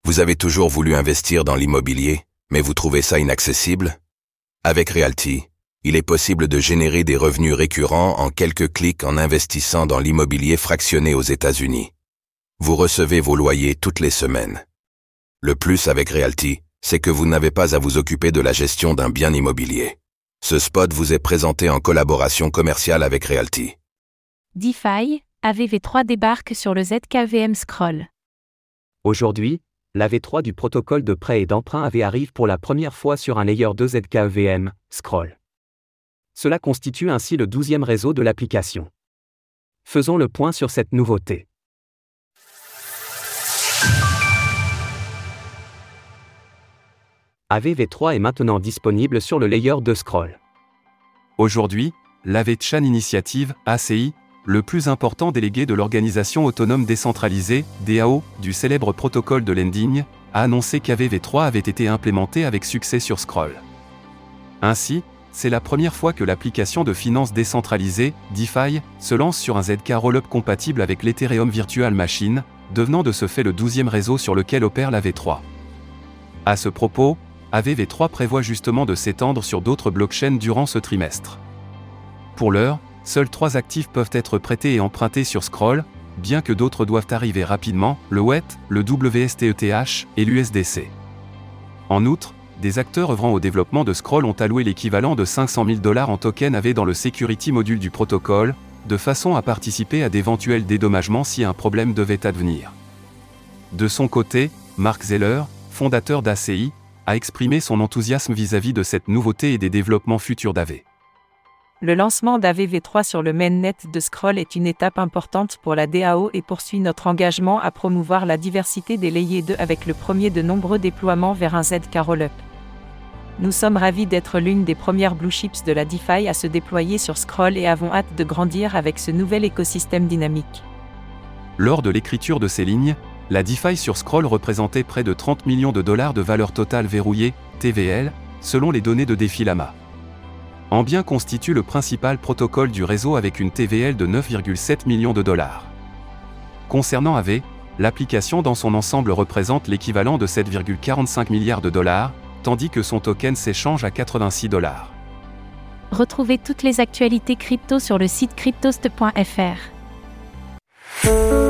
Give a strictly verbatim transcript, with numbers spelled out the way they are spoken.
Vous avez toujours voulu investir dans l'immobilier, mais vous trouvez ça inaccessible? Avec Realty, il est possible de générer des revenus récurrents en quelques clics en investissant dans l'immobilier fractionné aux États-Unis. Vous recevez vos loyers toutes les semaines. Le plus avec Realty, c'est que vous n'avez pas à vous occuper de la gestion d'un bien immobilier. Ce spot vous est présenté en collaboration commerciale avec Realty. DeFi, A V V trois débarque sur le Z K V M Scroll. Aujourd'hui, l'A V trois du protocole de prêt et d'emprunt A V arrive pour la première fois sur un layer deux Z K V M, Scroll. Cela constitue ainsi le douzième réseau de l'application. Faisons le point sur cette nouveauté. A V V trois est maintenant disponible sur le layer deux Scroll. Aujourd'hui, l'A V Chan Initiative, A C I, le plus important délégué de l'Organisation autonome décentralisée, D A O, du célèbre protocole de lending, a annoncé qu'A V V trois avait été implémenté avec succès sur Scroll. Ainsi, c'est la première fois que l'application de finance décentralisée, DeFi, se lance sur un Z K Rollup compatible avec l'Ethereum Virtual Machine, devenant de ce fait le douzième réseau sur lequel opère l'A V trois. À ce propos, A V V trois prévoit justement de s'étendre sur d'autres blockchains durant ce trimestre. Pour l'heure, seuls trois actifs peuvent être prêtés et empruntés sur Scroll, bien que d'autres doivent arriver rapidement, le W E T, le W S T E T H et l'U S D C. En outre, des acteurs œuvrant au développement de Scroll ont alloué l'équivalent de cinq cent mille dollars en tokens A V dans le Security Module du protocole, de façon à participer à d'éventuels dédommagements si un problème devait advenir. De son côté, Mark Zeller, fondateur d'A C I, a exprimé son enthousiasme vis-à-vis de cette nouveauté et des développements futurs d'A V. Le lancement d'A V V trois sur le mainnet de Scroll est une étape importante pour la D A O et poursuit notre engagement à promouvoir la diversité des layers deux avec le premier de nombreux déploiements vers un Z K Rollup. Nous sommes ravis d'être l'une des premières blue chips de la DeFi à se déployer sur Scroll et avons hâte de grandir avec ce nouvel écosystème dynamique. Lors de l'écriture de ces lignes, la DeFi sur Scroll représentait près de trente millions de dollars de valeur totale verrouillée, T V L, selon les données de DeFi-Lama. Ambien constitue le principal protocole du réseau avec une T V L de neuf virgule sept millions de dollars. Concernant A V, l'application dans son ensemble représente l'équivalent de sept virgule quarante-cinq milliards de dollars, tandis que son token s'échange à quatre-vingt-six dollars. Retrouvez toutes les actualités crypto sur le site cryptost point f r.